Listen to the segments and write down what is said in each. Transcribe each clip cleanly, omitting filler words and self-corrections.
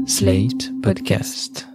Slate Podcast.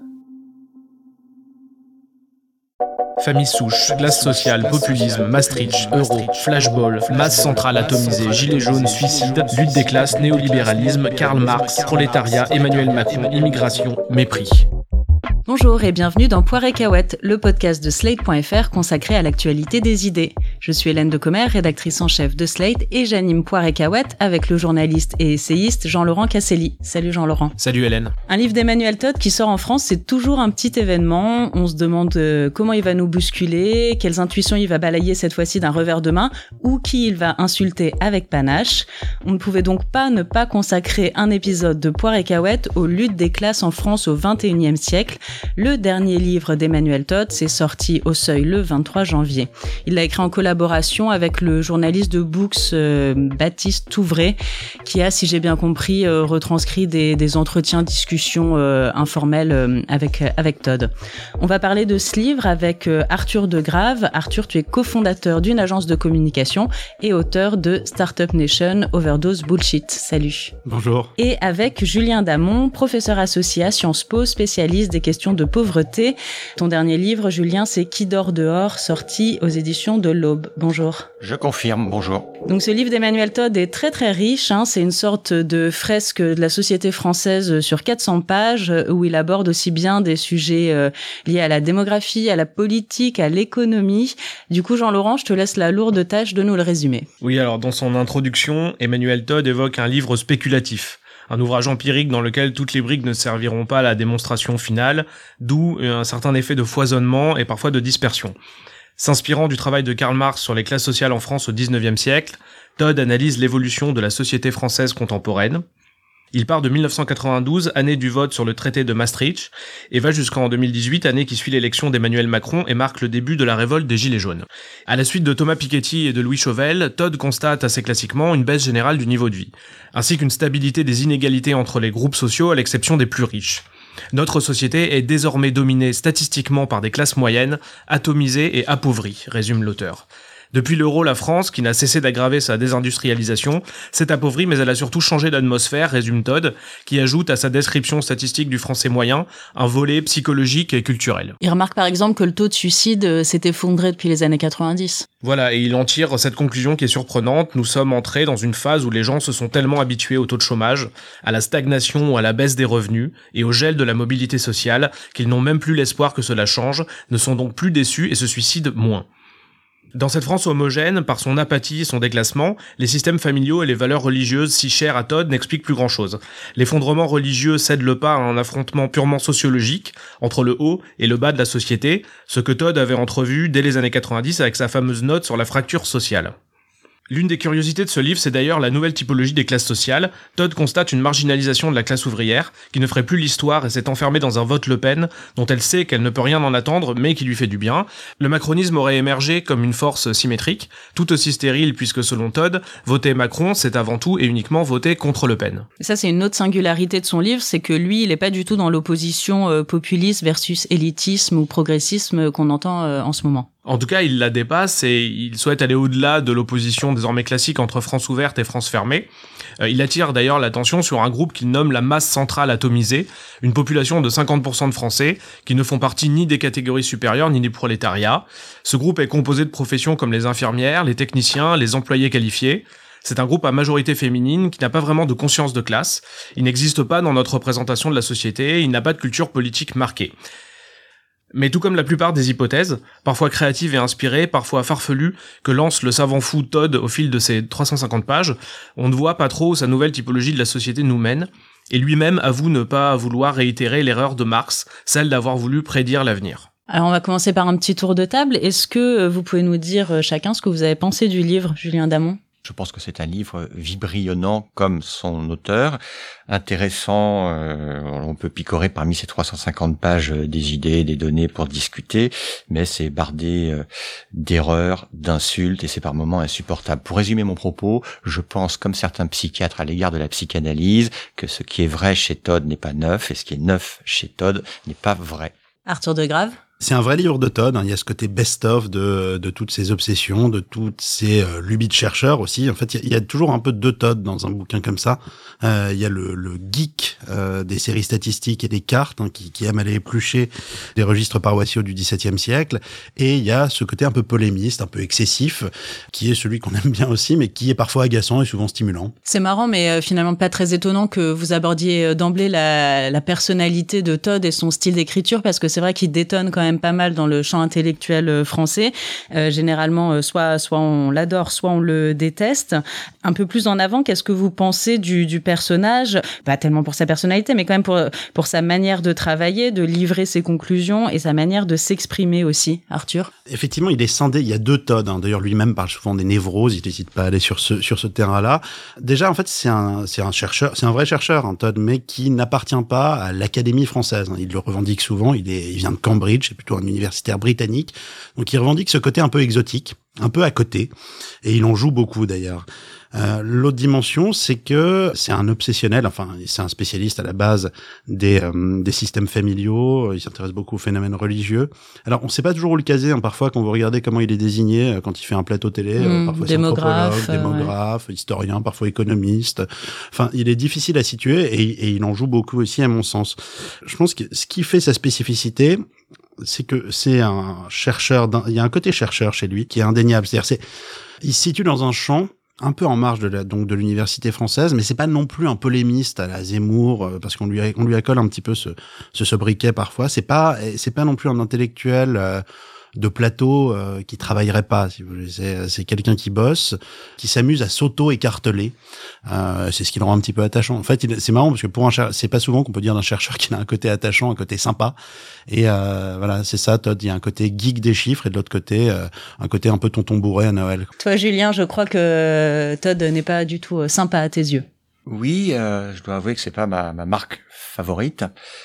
Famille souche, glace sociale, populisme, Maastricht, euro, flashball, masse centrale atomisée, gilets jaunes, suicide, lutte des classes, néolibéralisme, Karl Marx, prolétariat, Emmanuel Macron, immigration, mépris. Bonjour et bienvenue dans Poire et Cahuète, le podcast de Slate.fr consacré à l'actualité des idées. Je suis Hélène Decomer, rédactrice en chef de Slate, et j'anime Poire et Cahuète avec le journaliste et essayiste Jean-Laurent Casselli. Salut Jean-Laurent. Salut Hélène. Un livre d'Emmanuel Todd qui sort en France, c'est toujours un petit événement. On se demande comment il va nous bousculer, quelles intuitions il va balayer cette fois-ci d'un revers de main, ou qui il va insulter avec panache. On ne pouvait donc pas ne pas consacrer un épisode de Poire et Cahuète aux luttes des classes en France au XXIe siècle. Le dernier livre d'Emmanuel Todd s'est sorti au Seuil le 23 janvier. Il l'a écrit en collaboration avec le journaliste de Books Baptiste Touvray, qui a, si j'ai bien compris, retranscrit des entretiens, discussions informelles avec Todd. On va parler de ce livre avec Arthur Degrave. Arthur, tu es cofondateur d'une agence de communication et auteur de Startup Nation, Overdose Bullshit. Salut. Bonjour. Et avec Julien Damon, professeur associé à Sciences Po, spécialiste des questions de pauvreté. Ton dernier livre, Julien, c'est Qui dort dehors, sorti aux éditions de l'Aube. Bonjour. Je confirme, bonjour. Donc ce livre d'Emmanuel Todd est très très riche, c'est une sorte de fresque de la société française sur 400 pages où il aborde aussi bien des sujets liés à la démographie, à la politique, à l'économie. Du coup, Jean-Laurent, je te laisse la lourde tâche de nous le résumer. Oui, alors dans son introduction, Emmanuel Todd évoque un livre spéculatif. Un ouvrage empirique dans lequel toutes les briques ne serviront pas à la démonstration finale, d'où un certain effet de foisonnement et parfois de dispersion. S'inspirant du travail de Karl Marx sur les classes sociales en France au XIXe siècle, Todd analyse l'évolution de la société française contemporaine. Il part de 1992, année du vote sur le traité de Maastricht, et va jusqu'en 2018, année qui suit l'élection d'Emmanuel Macron et marque le début de la révolte des Gilets jaunes. À la suite de Thomas Piketty et de Louis Chauvel, Todd constate assez classiquement une baisse générale du niveau de vie, ainsi qu'une stabilité des inégalités entre les groupes sociaux à l'exception des plus riches. Notre société est désormais dominée statistiquement par des classes moyennes, atomisées et appauvries, résume l'auteur. Depuis l'euro, la France, qui n'a cessé d'aggraver sa désindustrialisation, s'est appauvrie, mais elle a surtout changé d'atmosphère, résume Todd, qui ajoute à sa description statistique du français moyen un volet psychologique et culturel. Il remarque par exemple que le taux de suicide s'est effondré depuis les années 90. Voilà, et il en tire cette conclusion qui est surprenante. Nous sommes entrés dans une phase où les gens se sont tellement habitués au taux de chômage, à la stagnation ou à la baisse des revenus, et au gel de la mobilité sociale, qu'ils n'ont même plus l'espoir que cela change, ne sont donc plus déçus et se suicident moins. Dans cette France homogène, par son apathie et son déclassement, les systèmes familiaux et les valeurs religieuses si chères à Todd n'expliquent plus grand-chose. L'effondrement religieux cède le pas à un affrontement purement sociologique entre le haut et le bas de la société, ce que Todd avait entrevu dès les années 90 avec sa fameuse note sur la fracture sociale. L'une des curiosités de ce livre, c'est d'ailleurs la nouvelle typologie des classes sociales. Todd constate une marginalisation de la classe ouvrière, qui ne ferait plus l'histoire et s'est enfermée dans un vote Le Pen, dont elle sait qu'elle ne peut rien en attendre, mais qui lui fait du bien. Le macronisme aurait émergé comme une force symétrique, tout aussi stérile puisque selon Todd, voter Macron, c'est avant tout et uniquement voter contre Le Pen. Ça, c'est une autre singularité de son livre, c'est que lui, il est pas du tout dans l'opposition populiste versus élitisme ou progressisme qu'on entend en ce moment. En tout cas, il la dépasse et il souhaite aller au-delà de l'opposition désormais classique entre France ouverte et France fermée. Il attire d'ailleurs l'attention sur un groupe qu'il nomme la masse centrale atomisée, une population de 50% de Français qui ne font partie ni des catégories supérieures ni des prolétariats. Ce groupe est composé de professions comme les infirmières, les techniciens, les employés qualifiés. C'est un groupe à majorité féminine qui n'a pas vraiment de conscience de classe. Il n'existe pas dans notre représentation de la société, il n'a pas de culture politique marquée. Mais tout comme la plupart des hypothèses, parfois créatives et inspirées, parfois farfelues, que lance le savant fou Todd au fil de ses 350 pages, on ne voit pas trop où sa nouvelle typologie de la société nous mène, et lui-même avoue ne pas vouloir réitérer l'erreur de Marx, celle d'avoir voulu prédire l'avenir. Alors on va commencer par un petit tour de table. Est-ce que vous pouvez nous dire chacun ce que vous avez pensé du livre, Julien Damon ? Je pense que c'est un livre vibrionnant comme son auteur, intéressant, on peut picorer parmi ces 350 pages des idées, des données pour discuter, mais c'est bardé d'erreurs, d'insultes et c'est par moments insupportable. Pour résumer mon propos, je pense comme certains psychiatres à l'égard de la psychanalyse que ce qui est vrai chez Todd n'est pas neuf et ce qui est neuf chez Todd n'est pas vrai. Arthur Degrave ? C'est un vrai livre de Todd. Il y a ce côté best-of de toutes ses obsessions, de toutes ses lubies de chercheurs aussi. En fait, il y a toujours un peu de Todd dans un bouquin comme ça. Il y a le geek des séries statistiques et des cartes qui aime aller éplucher des registres paroissiaux du XVIIe siècle. Et il y a ce côté un peu polémiste, un peu excessif, qui est celui qu'on aime bien aussi, mais qui est parfois agaçant et souvent stimulant. C'est marrant, mais finalement pas très étonnant que vous abordiez d'emblée la personnalité de Todd et son style d'écriture, parce que c'est vrai qu'il détonne quand même pas mal dans le champ intellectuel français. Généralement, soit on l'adore, soit on le déteste. Un peu plus en avant, qu'est-ce que vous pensez du personnage ? Pas tellement pour sa personnalité, mais quand même pour sa manière de travailler, de livrer ses conclusions et sa manière de s'exprimer aussi, Arthur. Effectivement, il est scindé. Il y a deux Todd. D'ailleurs, lui-même parle souvent des névroses. Il n'hésite pas à aller sur ce terrain-là. Déjà, en fait, c'est un chercheur, c'est un vrai chercheur, Todd, mais qui n'appartient pas à l'Académie française. Il le revendique souvent. Il vient de Cambridge, c'est plutôt un universitaire britannique. Donc, il revendique ce côté un peu exotique, un peu à côté. Et il en joue beaucoup, d'ailleurs. L'autre dimension, c'est que c'est un obsessionnel, enfin, c'est un spécialiste à la base des systèmes familiaux, il s'intéresse beaucoup aux phénomènes religieux. Alors, on ne sait pas toujours où le caser, parfois, quand vous regardez comment il est désigné, quand il fait un plateau télé, parfois c'est démographe, historien, parfois économiste. Enfin, il est difficile à situer et il en joue beaucoup aussi, à mon sens. Je pense que ce qui fait sa spécificité, c'est que c'est un chercheur, il y a un côté chercheur chez lui qui est indéniable. C'est-à-dire, il se situe dans un champ un peu en marge de l'université française, mais c'est pas non plus un polémiste à la Zemmour, parce qu'on lui accole un petit peu ce sobriquet parfois. C'est pas non plus un intellectuel de plateau qui travaillerait pas, si vous voulez. C'est quelqu'un qui bosse, qui s'amuse à s'auto-écarteler. C'est ce qui le rend un petit peu attachant. En fait, c'est marrant parce que c'est pas souvent qu'on peut dire d'un chercheur qu'il a un côté attachant, un côté sympa. Et voilà, c'est ça, Todd. Il y a un côté geek des chiffres et de l'autre côté, un côté un peu tonton bourré à Noël. Toi, Julien, je crois que Todd n'est pas du tout sympa à tes yeux. Oui, je dois avouer que c'est pas ma marque favorite.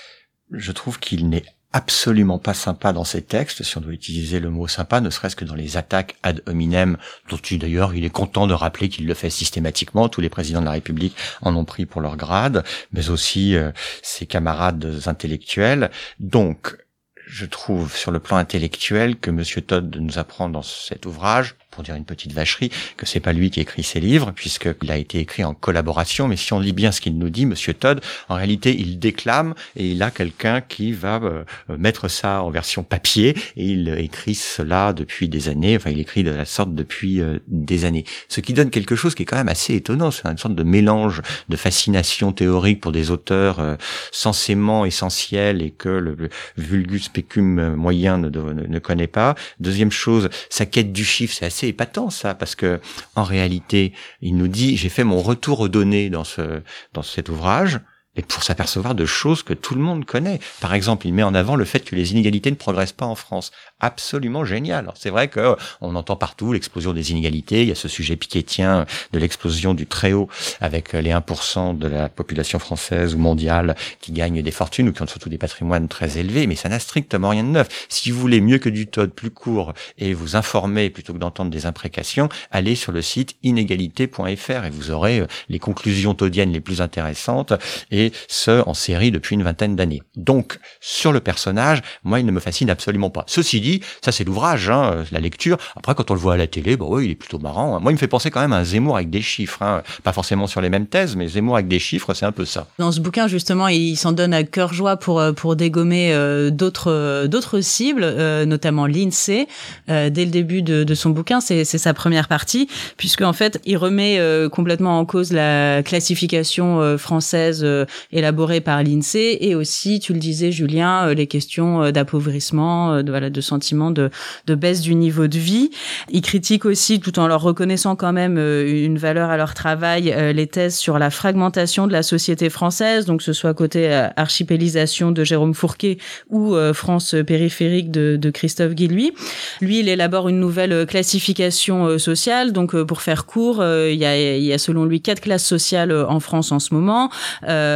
Je trouve qu'il n'est absolument pas sympa dans ses textes, si on doit utiliser le mot sympa, ne serait-ce que dans les attaques ad hominem, dont d'ailleurs il est content de rappeler qu'il le fait systématiquement. Tous les présidents de la République en ont pris pour leur grade, mais aussi ses camarades intellectuels. Donc, je trouve sur le plan intellectuel que Monsieur Todd nous apprend dans cet ouvrage, pour dire une petite vacherie, que c'est pas lui qui écrit ses livres, puisqu'il a été écrit en collaboration, mais si on lit bien ce qu'il nous dit, Monsieur Todd, en réalité, il déclame, et il a quelqu'un qui va mettre ça en version papier, et il écrit cela depuis des années, enfin, il écrit de la sorte depuis des années. Ce qui donne quelque chose qui est quand même assez étonnant, c'est une sorte de mélange de fascination théorique pour des auteurs censément essentiels et que le vulgus pecum moyen ne connaît pas. Deuxième chose, sa quête du chiffre, c'est assez épatant ça, parce que en réalité, il nous dit, j'ai fait mon retour aux données dans cet ouvrage, et pour s'apercevoir de choses que tout le monde connaît. Par exemple, il met en avant le fait que les inégalités ne progressent pas en France. Absolument génial. Alors, c'est vrai que on entend partout l'explosion des inégalités. Il y a ce sujet piquetien de l'explosion du très haut avec les 1% de la population française ou mondiale qui gagnent des fortunes ou qui ont surtout des patrimoines très élevés. Mais ça n'a strictement rien de neuf. Si vous voulez mieux que du Todd, plus court, et vous informer plutôt que d'entendre des imprécations, allez sur le site inégalité.fr et vous aurez les conclusions toddiennes les plus intéressantes et ce, en série depuis une 20aine d'années. Donc, sur le personnage, moi, il ne me fascine absolument pas. Ceci dit, ça c'est l'ouvrage, la lecture. Après, quand on le voit à la télé, il est plutôt marrant. Moi, il me fait penser quand même à un Zemmour avec des chiffres. Pas forcément sur les mêmes thèses, mais Zemmour avec des chiffres, c'est un peu ça. Dans ce bouquin, justement, il s'en donne à cœur joie pour dégommer d'autres cibles, notamment l'INSEE. Dès le début de son bouquin, c'est sa première partie, puisque en fait, il remet complètement en cause la classification française élaborée par l'INSEE et aussi, tu le disais, Julien, les questions d'appauvrissement, de sentiment de baisse du niveau de vie. Il critique aussi, tout en leur reconnaissant quand même une valeur à leur travail, les thèses sur la fragmentation de la société française, donc que ce soit côté archipélisation de Jérôme Fourquet ou France périphérique de Christophe Guilluy. Lui, il élabore une nouvelle classification sociale, donc pour faire court, il y a selon lui 4 classes sociales en France en ce moment.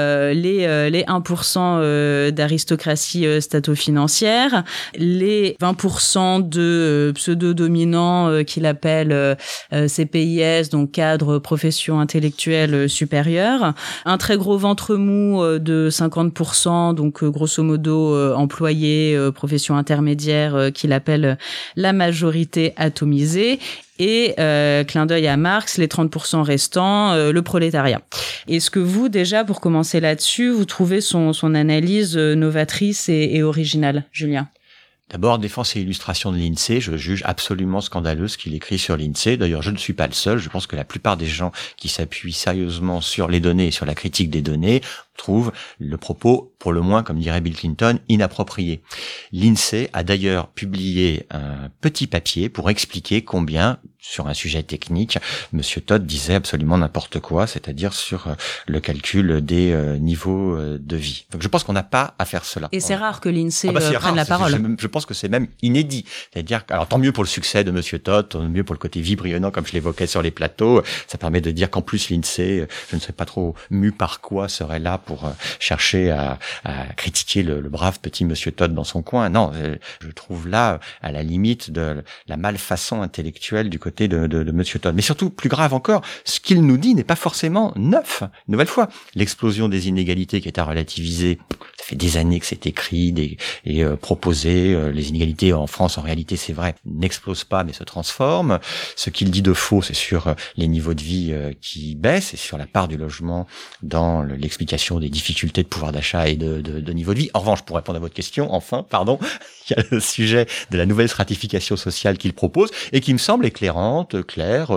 les 1% d'aristocratie stato-financière, les 20% de pseudo-dominants qu'il appelle CPIS, donc cadre profession intellectuelle supérieure, un très gros ventre mou de 50%, donc grosso modo employés, profession intermédiaire qu'il appelle la majorité atomisée, et clin d'œil à Marx, les 30% restants, le prolétariat. Est-ce que vous, déjà, pour commencer là-dessus, vous trouvez son analyse novatrice et originale, Julien ? D'abord, défense et illustration de l'INSEE, je juge absolument scandaleux ce qu'il écrit sur l'INSEE. D'ailleurs, je ne suis pas le seul. Je pense que la plupart des gens qui s'appuient sérieusement sur les données et sur la critique des données trouvent le propos, pour le moins, comme dirait Bill Clinton, inapproprié. L'INSEE a d'ailleurs publié un petit papier pour expliquer combien, sur un sujet technique, Monsieur Todd disait absolument n'importe quoi, c'est-à-dire sur le calcul des niveaux de vie. Donc je pense qu'on n'a pas à faire cela. Et c'est rare que l'INSEE prenne rare, la parole. Je pense que c'est même inédit. C'est-à-dire, alors tant mieux pour le succès de Monsieur Todd, tant mieux pour le côté vibrionnant, comme je l'évoquais sur les plateaux. Ça permet de dire qu'en plus l'INSEE, je ne sais pas trop mu par quoi, serait là pour chercher à critiquer le brave petit Monsieur Todd dans son coin. Non, je trouve là, à la limite de la malfaçon intellectuelle du côté de Monsieur Todd. Mais surtout, plus grave encore, ce qu'il nous dit n'est pas forcément neuf. Une nouvelle fois, l'explosion des inégalités qui est à relativiser, ça fait des années que c'est écrit et proposé. Les inégalités en France, en réalité, c'est vrai, n'explosent pas, mais se transforment. Ce qu'il dit de faux, c'est sur les niveaux de vie qui baissent et sur la part du logement dans l'explication des difficultés de pouvoir d'achat et de niveau de vie. En revanche, pour répondre à votre question, il y a le sujet de la nouvelle stratification sociale qu'il propose et qui me semble éclairante, claire,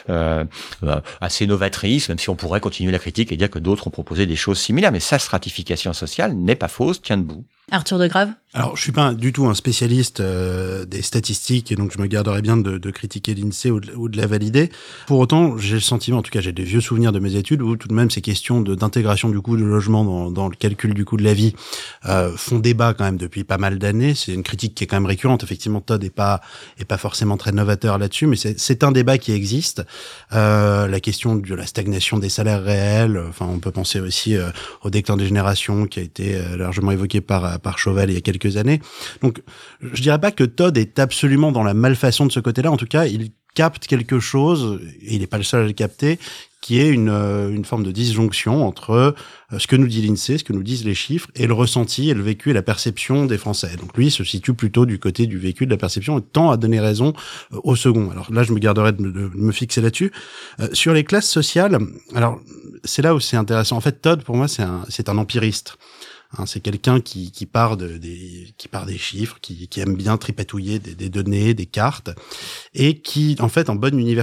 assez novatrice, même si on pourrait continuer la critique et dire que d'autres ont proposé des choses similaires. Mais sa stratification sociale n'est pas fausse, tient debout. Arthur de Grave ? Alors, je suis pas du tout un spécialiste des statistiques et donc je me garderais bien de critiquer l'INSEE ou de la valider. Pour autant, j'ai le sentiment, en tout cas j'ai des vieux souvenirs de mes études où tout de même ces questions d'intégration du coût du logement dans le calcul du coût de la vie font débat quand même depuis pas mal d'années. C'est une critique qui est quand même récurrente. Effectivement, Todd est pas forcément très novateur là-dessus, mais c'est un débat qui existe. La question de la stagnation des salaires réels, enfin on peut penser aussi au déclin des générations qui a été largement évoqué par Chauvel il y a quelques années. Donc, je dirais pas que Todd est absolument dans la malfaçon de ce côté-là. En tout cas, il capte quelque chose, et il n'est pas le seul à le capter, qui est une forme de disjonction entre ce que nous dit l'INSEE, ce que nous disent les chiffres, et le ressenti, et le vécu, et la perception des Français. Donc lui se situe plutôt du côté du vécu, de la perception, et tend à donner raison au second. Alors là, je me garderai de me fixer là-dessus. Sur les classes sociales, alors c'est là où c'est intéressant. En fait, Todd, pour moi, c'est un empiriste. C'est quelqu'un qui part des chiffres, qui aime bien tripatouiller des données, des cartes, et qui, en fait, en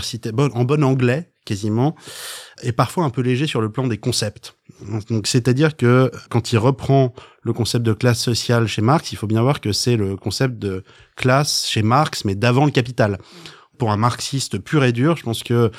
bon anglais, quasiment, est parfois un peu léger sur le plan des concepts. Donc, c'est-à-dire que quand il reprend le concept de classe sociale chez Marx, il faut bien voir que c'est le concept de classe chez Marx, mais d'avant le capital. Pour un marxiste pur et dur, je pense que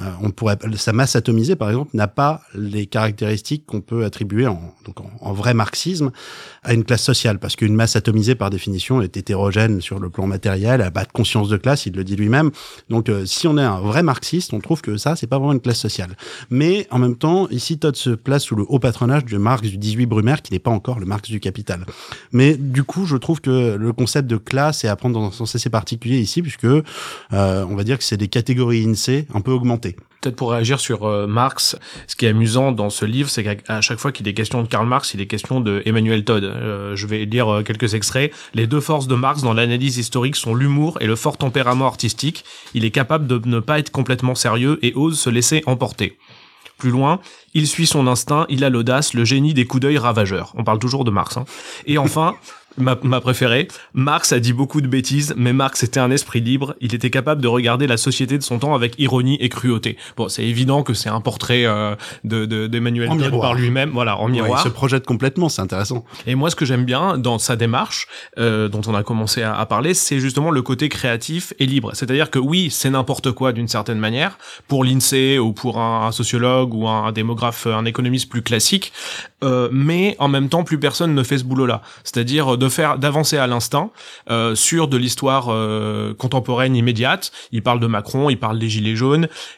sa masse atomisée, par exemple, n'a pas les caractéristiques qu'on peut attribuer en vrai marxisme à une classe sociale, parce qu'une masse atomisée, par définition, est hétérogène sur le plan matériel, elle n'a pas de conscience de classe, il le dit lui-même. Donc, si on est un vrai marxiste, on trouve que ça, c'est pas vraiment une classe sociale. Mais, en même temps, ici, Todd se place sous le haut patronage de Marx du 18 Brumaire, qui n'est pas encore le Marx du Capital. Mais, du coup, je trouve que le concept de classe est à prendre dans un sens assez particulier ici, puisque on va dire que c'est des catégories INSEE un peu augmentées. Peut-être pour réagir sur Marx, ce qui est amusant dans ce livre, c'est qu'à chaque fois qu'il est question de Karl Marx, il est question de Emmanuel Todd. Je vais lire quelques extraits. Les deux forces de Marx dans l'analyse historique sont l'humour et le fort tempérament artistique. Il est capable de ne pas être complètement sérieux et ose se laisser emporter. Plus loin, il suit son instinct, il a l'audace, le génie des coups d'œil ravageurs. On parle toujours de Marx. Et enfin, ma préférée, Marx a dit beaucoup de bêtises, mais Marx était un esprit libre, il était capable de regarder la société de son temps avec ironie et cruauté. Bon, c'est évident que c'est un portrait d'Emmanuel Todd par lui-même, voilà, en miroir. Ouais, il se projette complètement, c'est intéressant. Et moi, ce que j'aime bien dans sa démarche, dont on a commencé à parler, c'est justement le côté créatif et libre. C'est-à-dire que oui, c'est n'importe quoi d'une certaine manière, pour l'INSEE ou pour un sociologue ou un démographe, un économiste plus classique, mais en même temps, plus personne ne fait ce boulot-là. C'est-à-dire d'avancer à l'instinct sur de l'histoire contemporaine immédiate. Il parle de Macron, il parle des Gilets jaunes,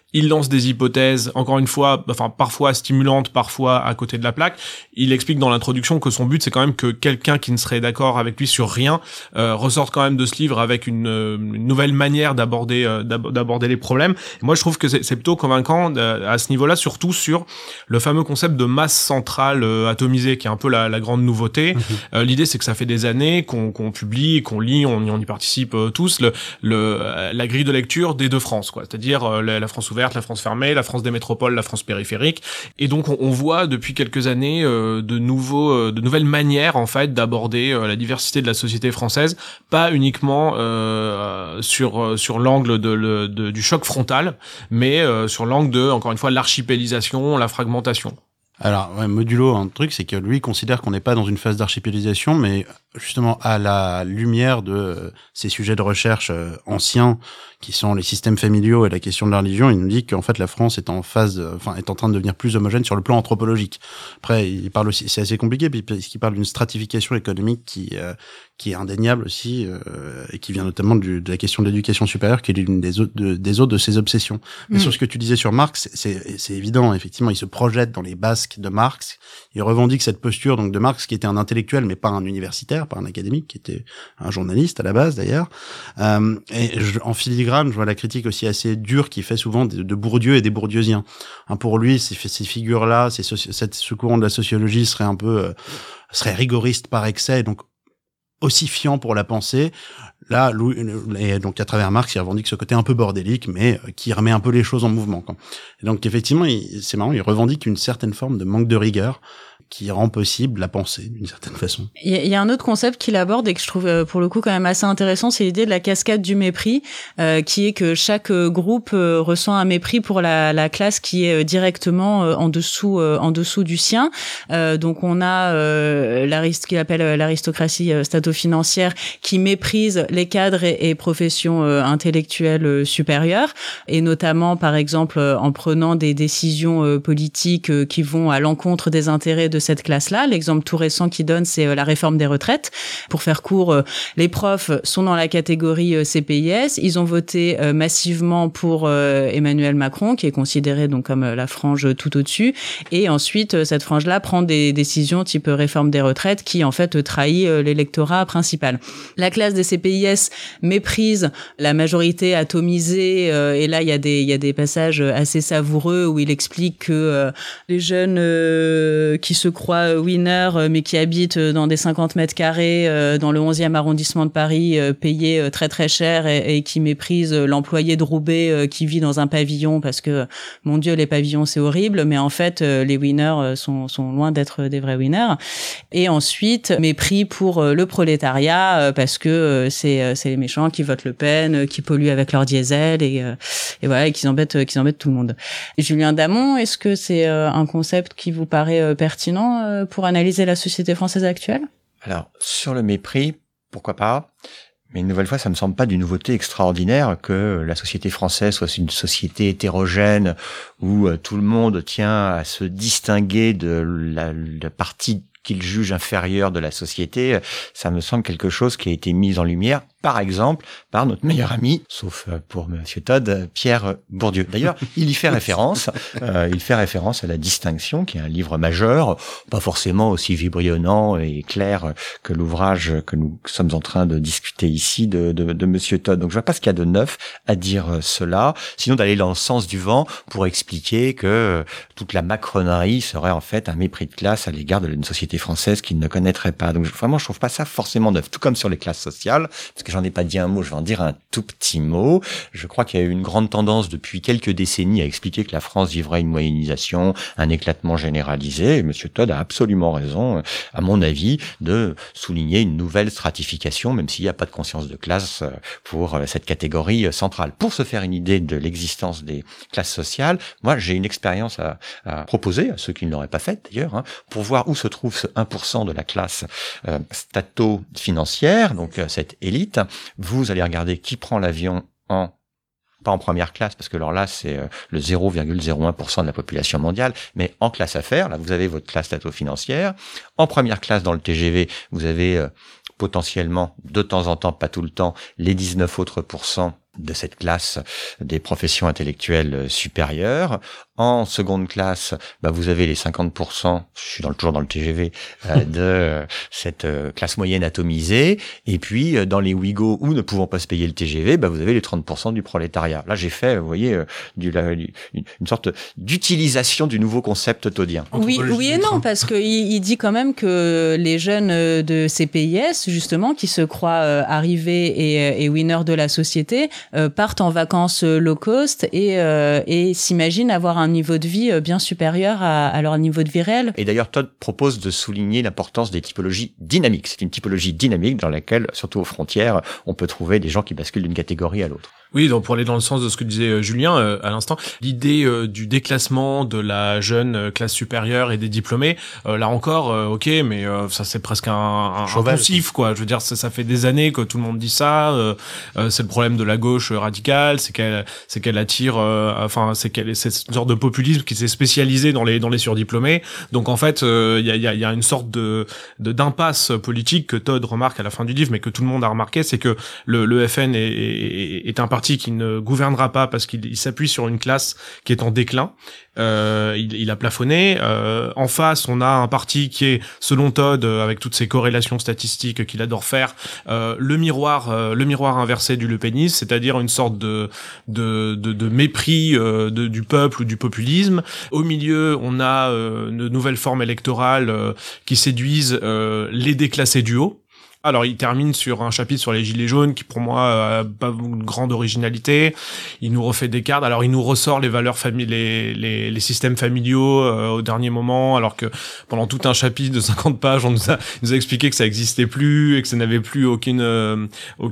Il lance des hypothèses, encore une fois, parfois stimulantes, parfois à côté de la plaque. Il explique dans l'introduction que son but, c'est quand même que quelqu'un qui ne serait d'accord avec lui sur rien ressorte quand même de ce livre avec une nouvelle manière d'aborder les problèmes. Et moi, je trouve que c'est plutôt convaincant à ce niveau-là, surtout sur le fameux concept de masse centrale atomisée, qui est un peu la grande nouveauté. L'idée, c'est que ça fait des années qu'on publie, qu'on lit, on y participe tous, la grille de lecture des deux France, quoi. C'est-à-dire la France ouverte, la France fermée, la France des métropoles, la France périphérique. Et donc on voit depuis quelques années de nouvelles manières en fait d'aborder la diversité de la société française, pas uniquement sur l'angle du choc frontal, mais sur l'angle de, encore une fois, l'archipélisation, la fragmentation. Alors, Modulo, un truc, c'est que lui considère qu'on n'est pas dans une phase d'archipélisation, mais justement à la lumière de ces sujets de recherche anciens, qui sont les systèmes familiaux et la question de la religion, il nous dit qu'en fait la France est est en train de devenir plus homogène sur le plan anthropologique. Après, il parle aussi, c'est assez compliqué, parce qu'il parle d'une stratification économique qui est indéniable aussi, et qui vient notamment de la question de l'éducation supérieure, qui est l'une des autres de ses obsessions. Mais sur ce que tu disais sur Marx, c'est évident, effectivement, il se projette dans les basques de Marx, il revendique cette posture donc de Marx, qui était un intellectuel, mais pas un universitaire, pas un académique, qui était un journaliste à la base d'ailleurs. En filigrane, je vois la critique aussi assez dure qu'il fait souvent de Bourdieu et des bourdieusiens. Pour lui, ces figures-là, ce courant de la sociologie serait rigoriste par excès, donc ossifiant pour la pensée. Là, et donc à travers Marx, il revendique ce côté un peu bordélique, mais qui remet un peu les choses en mouvement, quoi. Et donc effectivement, c'est marrant, il revendique une certaine forme de manque de rigueur qui rend possible la pensée, d'une certaine façon. Il y a un autre concept qu'il aborde et que je trouve pour le coup quand même assez intéressant, c'est l'idée de la cascade du mépris, qui est que chaque groupe ressent un mépris pour la classe qui est directement en dessous du sien. Donc on a ce qu'il appelle l'aristocratie stato-financière qui méprise les cadres et professions intellectuelles supérieures, et notamment par exemple en prenant des décisions politiques qui vont à l'encontre des intérêts de cette classe-là. L'exemple tout récent qu'il donne, c'est la réforme des retraites. Pour faire court, les profs sont dans la catégorie CPIS. Ils ont voté massivement pour Emmanuel Macron, qui est considéré donc comme la frange tout au-dessus. Et ensuite, cette frange-là prend des décisions type réforme des retraites qui, en fait, trahit l'électorat principal. La classe des CPIS méprise la majorité atomisée. Et là, il y a des passages assez savoureux où il explique que les jeunes qui se croient winners, mais qui habitent dans des 50 mètres carrés dans le 11e arrondissement de Paris, payés très très cher, et qui méprisent l'employé de Roubaix qui vit dans un pavillon, parce que, mon Dieu, les pavillons, c'est horrible, mais en fait, les winners sont loin d'être des vrais winners. Et ensuite, mépris pour le prolétariat, parce que c'est les méchants qui votent Le Pen, qui polluent avec leur diesel, et voilà, et qu'ils embêtent tout le monde. Et Julien Damon, est-ce que c'est un concept qui vous paraît pertinent pour analyser la société française actuelle? Alors, sur le mépris, pourquoi pas? Mais une nouvelle fois, ça me semble pas d'une nouveauté extraordinaire que la société française soit une société hétérogène où tout le monde tient à se distinguer de la partie qu'il juge inférieure de la société. Ça me semble quelque chose qui a été mis en lumière, par exemple, par notre meilleur ami, sauf pour Monsieur Todd, Pierre Bourdieu. D'ailleurs, il y fait référence. Il fait référence à La Distinction, qui est un livre majeur, pas forcément aussi vibrillonnant et clair que l'ouvrage que nous sommes en train de discuter ici de Monsieur Todd. Donc, je vois pas ce qu'il y a de neuf à dire cela, sinon d'aller dans le sens du vent pour expliquer que toute la macronerie serait en fait un mépris de classe à l'égard d'une société française qu'il ne connaîtrait pas. Donc, vraiment, je trouve pas ça forcément neuf. Tout comme sur les classes sociales, parce que j'en ai pas dit un mot, je vais en dire un tout petit mot. Je crois qu'il y a eu une grande tendance depuis quelques décennies à expliquer que la France vivrait une moyennisation, un éclatement généralisé. Et Monsieur Todd a absolument raison, à mon avis, de souligner une nouvelle stratification, même s'il n'y a pas de conscience de classe pour cette catégorie centrale. Pour se faire une idée de l'existence des classes sociales, moi, j'ai une expérience à proposer à ceux qui ne l'auraient pas faite d'ailleurs, pour voir où se trouve ce 1% de la classe stato-financière, donc cette élite. Vous allez regarder qui prend l'avion pas en première classe, parce que alors là, c'est le 0,01% de la population mondiale, mais en classe affaires, là, vous avez votre classe stato-financière. En première classe, dans le TGV, vous avez potentiellement, de temps en temps, pas tout le temps, les 19 autres % de cette classe des professions intellectuelles supérieures. En seconde classe, vous avez les 50%, je suis toujours dans le TGV, de cette classe moyenne atomisée. Et puis, dans les Ouigo où ne pouvant pas se payer le TGV, vous avez les 30% du prolétariat. Là, j'ai fait, vous voyez, une sorte d'utilisation du nouveau concept todien. Oui et non, parce que il dit quand même que les jeunes de CPIS, justement, qui se croient arrivés et winners de la société, partent en vacances low cost et s'imaginent avoir un niveau de vie bien supérieur à leur niveau de vie réel. Et d'ailleurs, Todd propose de souligner l'importance des typologies dynamiques. C'est une typologie dynamique dans laquelle, surtout aux frontières, on peut trouver des gens qui basculent d'une catégorie à l'autre. Oui, donc pour aller dans le sens de ce que disait Julien à l'instant, l'idée du déclassement de la jeune classe supérieure et des diplômés, là encore, ok, mais ça c'est presque un poncif, quoi. Je veux dire, ça fait des années que tout le monde dit ça. C'est le problème de la gauche radicale, c'est qu'elle attire, c'est une sorte de populisme qui s'est spécialisé dans les surdiplômés. Donc en fait, il y a une sorte d'impasse politique que Todd remarque à la fin du livre, mais que tout le monde a remarqué, c'est que le FN est un parti qui ne gouvernera pas parce qu'il s'appuie sur une classe qui est en déclin. Il a plafonné. En face, on a un parti qui est, selon Todd, avec toutes ces corrélations statistiques qu'il adore faire, le miroir inversé du lepénisme, c'est-à-dire une sorte de mépris du peuple ou du populisme. Au milieu, on a de nouvelles formes électorales qui séduisent les déclassés du haut. Alors, il termine sur un chapitre sur les gilets jaunes qui, pour moi, a pas une grande originalité. Il nous refait des cartes. Alors, il nous ressort les valeurs les systèmes familiaux au dernier moment, alors que pendant tout un chapitre de 50 pages, on nous a expliqué que ça existait plus et que ça n'avait plus aucun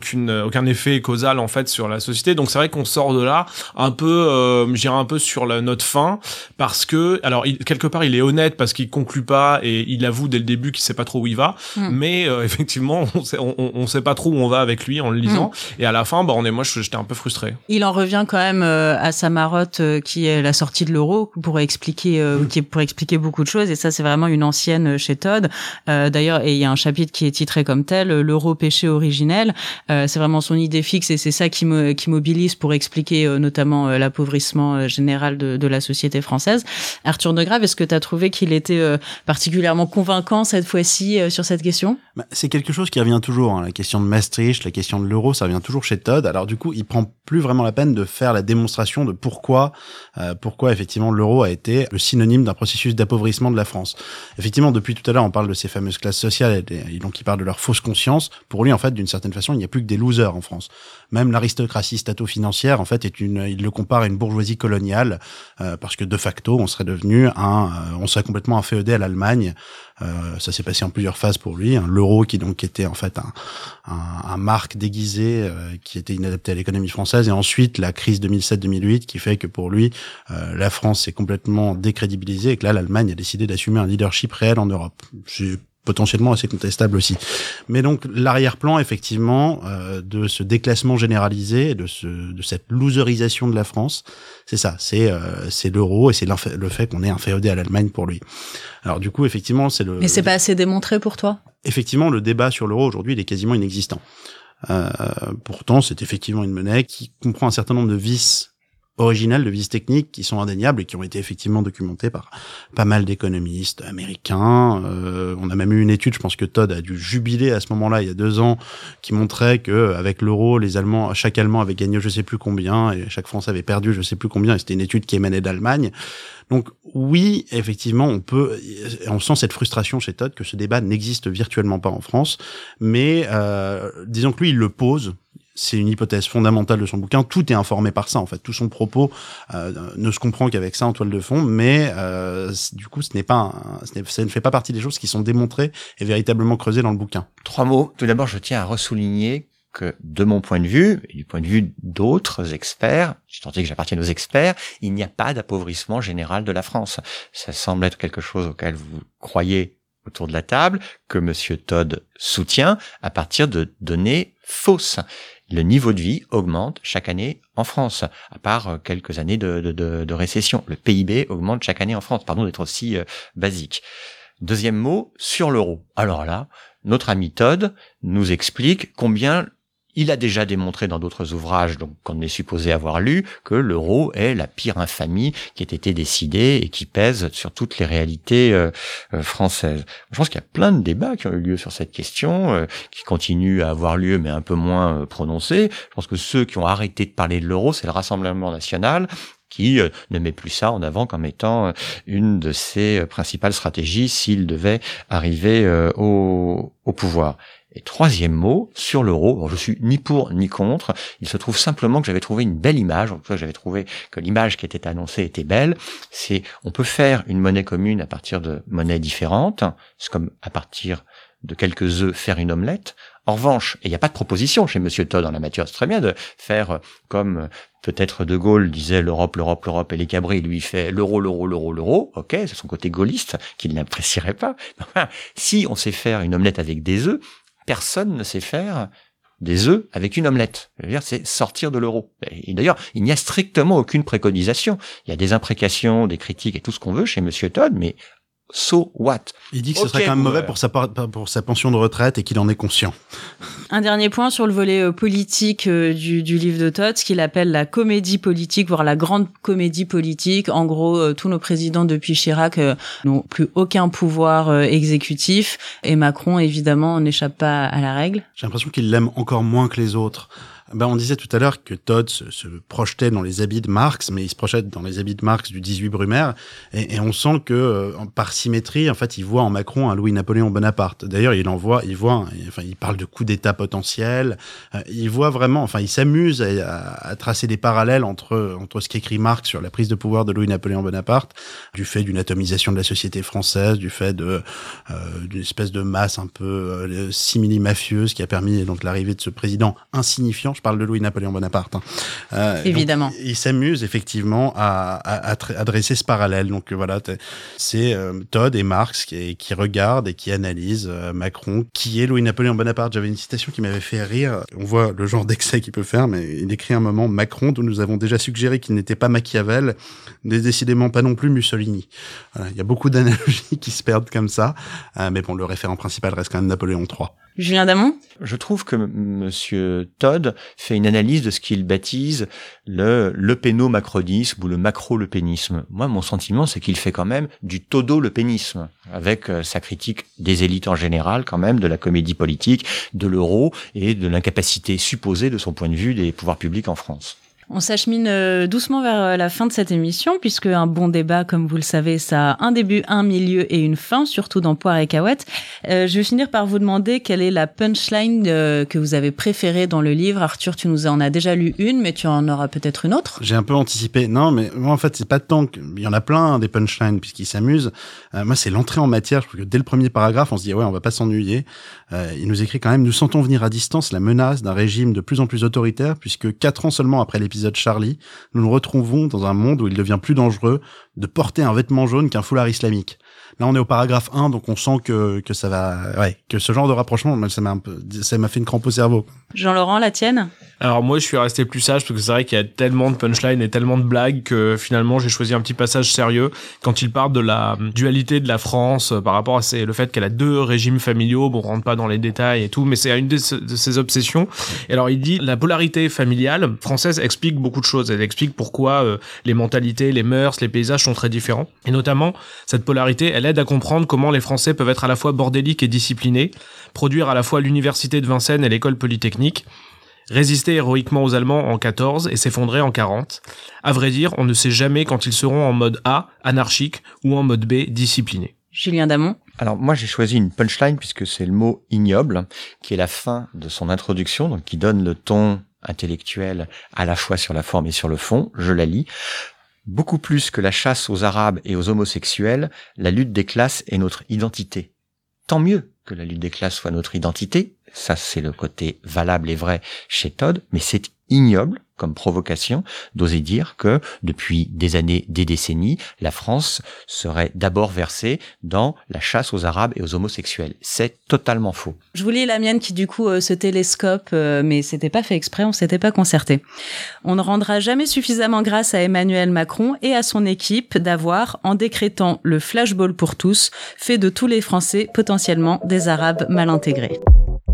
effet causal en fait sur la société. Donc, c'est vrai qu'on sort de là un peu, je dirais un peu sur la note fin, parce que, alors, quelque part, il est honnête parce qu'il conclut pas et il avoue dès le début qu'il sait pas trop où il va, mais effectivement. On sait pas trop où on va avec lui en le lisant. Et à la fin, j'étais un peu frustré. Il en revient quand même à sa marotte qui est la sortie de l'euro pour expliquer beaucoup de choses. Et ça, c'est vraiment une ancienne chez Todd. D'ailleurs, et il y a un chapitre qui est titré comme tel, l'euro péché originel. C'est vraiment son idée fixe et c'est ça qui mobilise pour expliquer notamment l'appauvrissement général de la société française. Arthur de Grave, est-ce que tu as trouvé qu'il était particulièrement convaincant cette fois-ci sur cette question ? C'est quelque chose qui revient toujours, la question de Maastricht, la question de l'euro, ça revient toujours chez Todd. Alors du coup, il prend plus vraiment la peine de faire la démonstration de pourquoi effectivement l'euro a été le synonyme d'un processus d'appauvrissement de la France. Effectivement, depuis tout à l'heure, on parle de ces fameuses classes sociales et donc il parle de leur fausse conscience. Pour lui, en fait, d'une certaine façon, il n'y a plus que des losers en France. Même l'aristocratie stato-financière, en fait, il le compare à une bourgeoisie coloniale, parce que de facto, on serait complètement inféodé à l'Allemagne. Ça s'est passé en plusieurs phases pour lui. L'euro qui donc était en fait un marque déguisé qui était inadapté à l'économie française, et ensuite la crise 2007-2008 qui fait que pour lui la France s'est complètement décrédibilisée et que là l'Allemagne a décidé d'assumer un leadership réel en Europe. C'est potentiellement assez contestable aussi. Mais donc l'arrière-plan effectivement de ce déclassement généralisé, de cette loserisation de la France, c'est ça, c'est l'euro et c'est le fait qu'on est inféodé à l'Allemagne pour lui. Alors du coup effectivement c'est le. Mais c'est pas assez démontré pour toi ? Effectivement, le débat sur l'euro aujourd'hui, il est quasiment inexistant. Pourtant, c'est effectivement une monnaie qui comprend un certain nombre de vices originales, de vices techniques qui sont indéniables et qui ont été effectivement documentés par pas mal d'économistes américains. On a même eu une étude, je pense que Todd a dû jubiler à ce moment-là, il y a 2 ans, qui montrait que avec l'euro, chaque Allemand avait gagné je sais plus combien et chaque Français avait perdu je sais plus combien. Et c'était une étude qui émanait d'Allemagne. Donc oui, effectivement, on sent cette frustration chez Todd que ce débat n'existe virtuellement pas en France. Mais disons que lui, il le pose. C'est une hypothèse fondamentale de son bouquin. Tout est informé par ça, en fait. Tout son propos ne se comprend qu'avec ça en toile de fond, mais du coup, ça ne fait pas partie des choses qui sont démontrées et véritablement creusées dans le bouquin. 3 mots. Tout d'abord, je tiens à ressouligner que, de mon point de vue, et du point de vue d'autres experts, j'ai tenté que j'appartienne aux experts, il n'y a pas d'appauvrissement général de la France. Ça semble être quelque chose auquel vous croyez autour de la table, que Monsieur Todd soutient à partir de données fausses. Le niveau de vie augmente chaque année en France, à part quelques années de récession. Le PIB augmente chaque année en France, pardon d'être aussi basique. Deuxième mot, sur l'euro. Alors là, notre ami Todd nous explique combien Il a déjà démontré dans d'autres ouvrages, donc qu'on est supposé avoir lu, que l'euro est la pire infamie qui ait été décidée et qui pèse sur toutes les réalités françaises. Je pense qu'il y a plein de débats qui ont eu lieu sur cette question, qui continuent à avoir lieu, mais un peu moins prononcés. Je pense que ceux qui ont arrêté de parler de l'euro, c'est le Rassemblement national, qui ne met plus ça en avant comme étant une de ses principales stratégies s'il devait arriver au pouvoir. Et troisième mot, sur l'euro, bon, je suis ni pour ni contre, il se trouve simplement que j'avais trouvé une belle image, en tout cas j'avais trouvé que l'image qui était annoncée était belle, c'est on peut faire une monnaie commune à partir de monnaies différentes, c'est comme à partir de quelques œufs faire une omelette. En revanche, et il n'y a pas de proposition chez Monsieur Todd en la matière, c'est très bien de faire comme peut-être De Gaulle disait l'Europe et les cabris, lui il fait l'euro, ok, c'est son côté gaulliste qu'il n'apprécierait pas. Enfin, si on sait faire une omelette avec des œufs, personne ne sait faire des œufs avec une omelette. Je veux dire, c'est sortir de l'euro. Et d'ailleurs, il n'y a strictement aucune préconisation. Il y a des imprécations, des critiques et tout ce qu'on veut chez Monsieur Todd, mais so what? Il dit que ce serait quand même mauvais pour sa pension de retraite et qu'il en est conscient. Un dernier point sur le volet politique du livre de Todd, ce qu'il appelle la comédie politique, voire la grande comédie politique. En gros, tous nos présidents depuis Chirac n'ont plus aucun pouvoir exécutif et Macron, évidemment, n'échappe pas à la règle. J'ai l'impression qu'il l'aime encore moins que les autres. On disait tout à l'heure que Todd se projetait dans les habits de Marx, mais il se projette dans les habits de Marx du 18 Brumaire, et on sent que, par symétrie, en fait, il voit en Macron un Louis-Napoléon Bonaparte. D'ailleurs, il parle de coup d'État potentiel, il voit vraiment, il s'amuse à tracer des parallèles entre ce qu'écrit Marx sur la prise de pouvoir de Louis-Napoléon Bonaparte, du fait d'une atomisation de la société française, du fait d'une espèce de masse un peu simili-mafieuse qui a permis donc l'arrivée de ce président insignifiant. Je parle de Louis-Napoléon Bonaparte. Évidemment. Donc, il s'amuse effectivement à dresser ce parallèle. Donc voilà, c'est Todd et Marx qui regardent et qui analysent Macron, qui est Louis-Napoléon Bonaparte. J'avais une citation qui m'avait fait rire. On voit le genre d'excès qu'il peut faire, mais il écrit un moment: Macron, dont nous avons déjà suggéré qu'il n'était pas Machiavel, n'est décidément pas non plus Mussolini. Voilà, il y a beaucoup d'analogies qui se perdent comme ça. Mais bon, le référent principal reste quand même Napoléon III. Julien Damon? Je trouve que Monsieur Todd fait une analyse de ce qu'il baptise le péno-macronisme ou le macro-lepénisme. Moi, mon sentiment, c'est qu'il fait quand même du todo-lepénisme, avec sa critique des élites en général, quand même, de la comédie politique, de l'euro et de l'incapacité supposée de son point de vue des pouvoirs publics en France. On s'achemine doucement vers la fin de cette émission, puisque un bon débat, comme vous le savez, ça a un début, un milieu et une fin, surtout dans Poire et Cahuètes. Je vais finir par vous demander quelle est la punchline que vous avez préférée dans le livre. Arthur, tu nous en as déjà lu une, mais tu en auras peut-être une autre. J'ai un peu anticipé. Non, mais moi, en fait, c'est pas tant que... Il y en a plein, des punchlines, puisqu'ils s'amusent. Moi, c'est l'entrée en matière. Je trouve que dès le premier paragraphe, on se dit, ouais, on va pas s'ennuyer. Il nous écrit quand même: nous sentons venir à distance la menace d'un régime de plus en plus autoritaire, puisque 4 ans seulement après l'épisode Charlie, nous nous retrouvons dans un monde où il devient plus dangereux de porter un vêtement jaune qu'un foulard islamique. Là, on est au paragraphe 1, donc on sent que ça va, que ce genre de rapprochement, ça m'a fait une crampe au cerveau. Jean-Laurent, la tienne? Alors moi, je suis resté plus sage parce que c'est vrai qu'il y a tellement de punchlines et tellement de blagues que finalement, j'ai choisi un petit passage sérieux quand il parle de la dualité de la France par rapport à le fait qu'elle a 2 régimes familiaux. Bon, on rentre pas dans les détails et tout, mais c'est une de ses obsessions. Et alors, il dit: la polarité familiale française explique beaucoup de choses. Elle explique pourquoi les mentalités, les mœurs, les paysages sont très différents. Et notamment, cette polarité, elle aide à comprendre comment les Français peuvent être à la fois bordéliques et disciplinés, produire à la fois l'université de Vincennes et l'école polytechnique, résister héroïquement aux Allemands en 14 et s'effondrer en 40. À vrai dire, on ne sait jamais quand ils seront en mode A, anarchique, ou en mode B, discipliné. Julien Damon? Alors moi, j'ai choisi une punchline puisque c'est le mot ignoble, qui est la fin de son introduction, donc qui donne le ton intellectuel à la fois sur la forme et sur le fond. Je la lis. Beaucoup plus que la chasse aux Arabes et aux homosexuels, la lutte des classes est notre identité. Tant mieux que la lutte des classes soit notre identité, ça c'est le côté valable et vrai chez Todd, mais c'est ignoble comme provocation d'oser dire que depuis des années, des décennies, la France serait d'abord versée dans la chasse aux Arabes et aux homosexuels. C'est totalement faux. Je vous lis la mienne qui du coup se télescope, mais c'était pas fait exprès, on s'était pas concerté. On ne rendra jamais suffisamment grâce à Emmanuel Macron et à son équipe d'avoir, en décrétant le flashball pour tous, fait de tous les Français potentiellement des Arabes mal intégrés.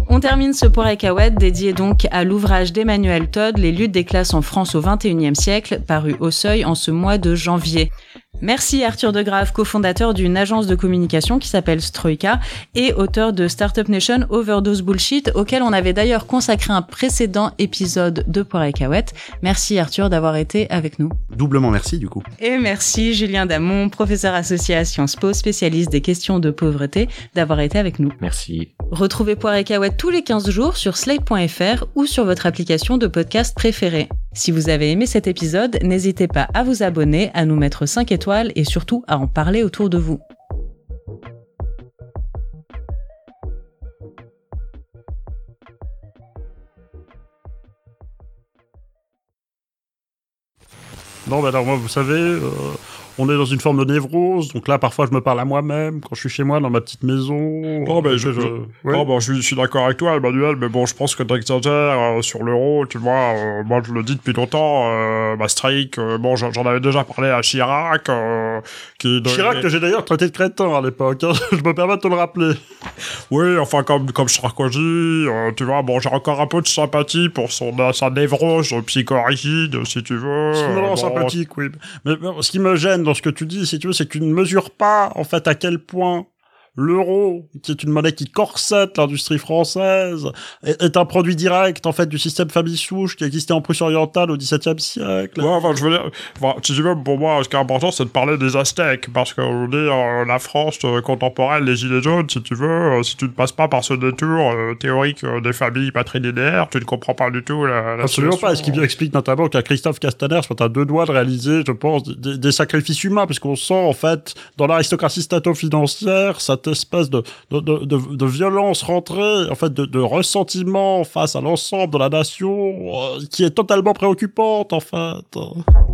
On termine ce Poire et Cacahuètes dédié donc à l'ouvrage d'Emmanuel Todd, Les luttes des classes en France au XXIe siècle, paru au Seuil en ce mois de janvier. Merci Arthur De Graaf, cofondateur d'une agence de communication qui s'appelle Stroika et auteur de Startup Nation Overdose Bullshit, auquel on avait d'ailleurs consacré un précédent épisode de Poire et Cacahuètes. Merci Arthur d'avoir été avec nous. Doublement merci du coup. Et merci Julien Damon, professeur associé à Sciences Po, spécialiste des questions de pauvreté, d'avoir été avec nous. Merci. Retrouvez Poire et Cacahuètes tous les 15 jours sur slate.fr ou sur votre application de podcast préférée. Si vous avez aimé cet épisode, n'hésitez pas à vous abonner, à nous mettre 5 étoiles et surtout à en parler autour de vous. Non, alors moi, vous savez, on est dans une forme de névrose, donc là, parfois, je me parle à moi-même quand je suis chez moi, dans ma petite maison. Oh, ben, je suis d'accord avec toi, Emmanuel, mais bon, je pense que t'exagères sur l'euro, tu vois, moi, je le dis depuis longtemps, Maastricht, bon, j'en avais déjà parlé à Chirac, Chirac, que j'ai d'ailleurs traité de crétin à l'époque, hein, je me permets de te le rappeler. Oui, enfin, comme Sarkozy, tu vois, bon, j'ai encore un peu de sympathie pour sa névrose psychorigide, si tu veux. C'est vraiment sympathique, oui. Mais ce qui me gêne dans ce que tu dis, si tu veux, c'est que tu ne mesures pas, en fait, à quel point l'euro, qui est une monnaie qui corsette l'industrie française, est un produit direct, en fait, du système famille souche qui existait en Prusse orientale au XVIIe siècle. Ouais, enfin, je veux dire, si tu veux, pour moi, ce qui est important, c'est de parler des Aztèques, parce que, je veux dire, la France contemporaine, les Gilets jaunes, si tu veux, si tu ne passes pas par ce détour théorique des familles patrilinéaires, tu ne comprends pas du tout la Absolument situation. pas, ce qui explique notamment qu'un Christophe Castaner soit à deux doigts de réaliser, je pense, des sacrifices humains, puisqu'on sent, en fait, dans l'aristocratie stato-financière, cette espèce de violence rentrée, en fait, de ressentiment face à l'ensemble de la nation, qui est totalement préoccupante, en fait.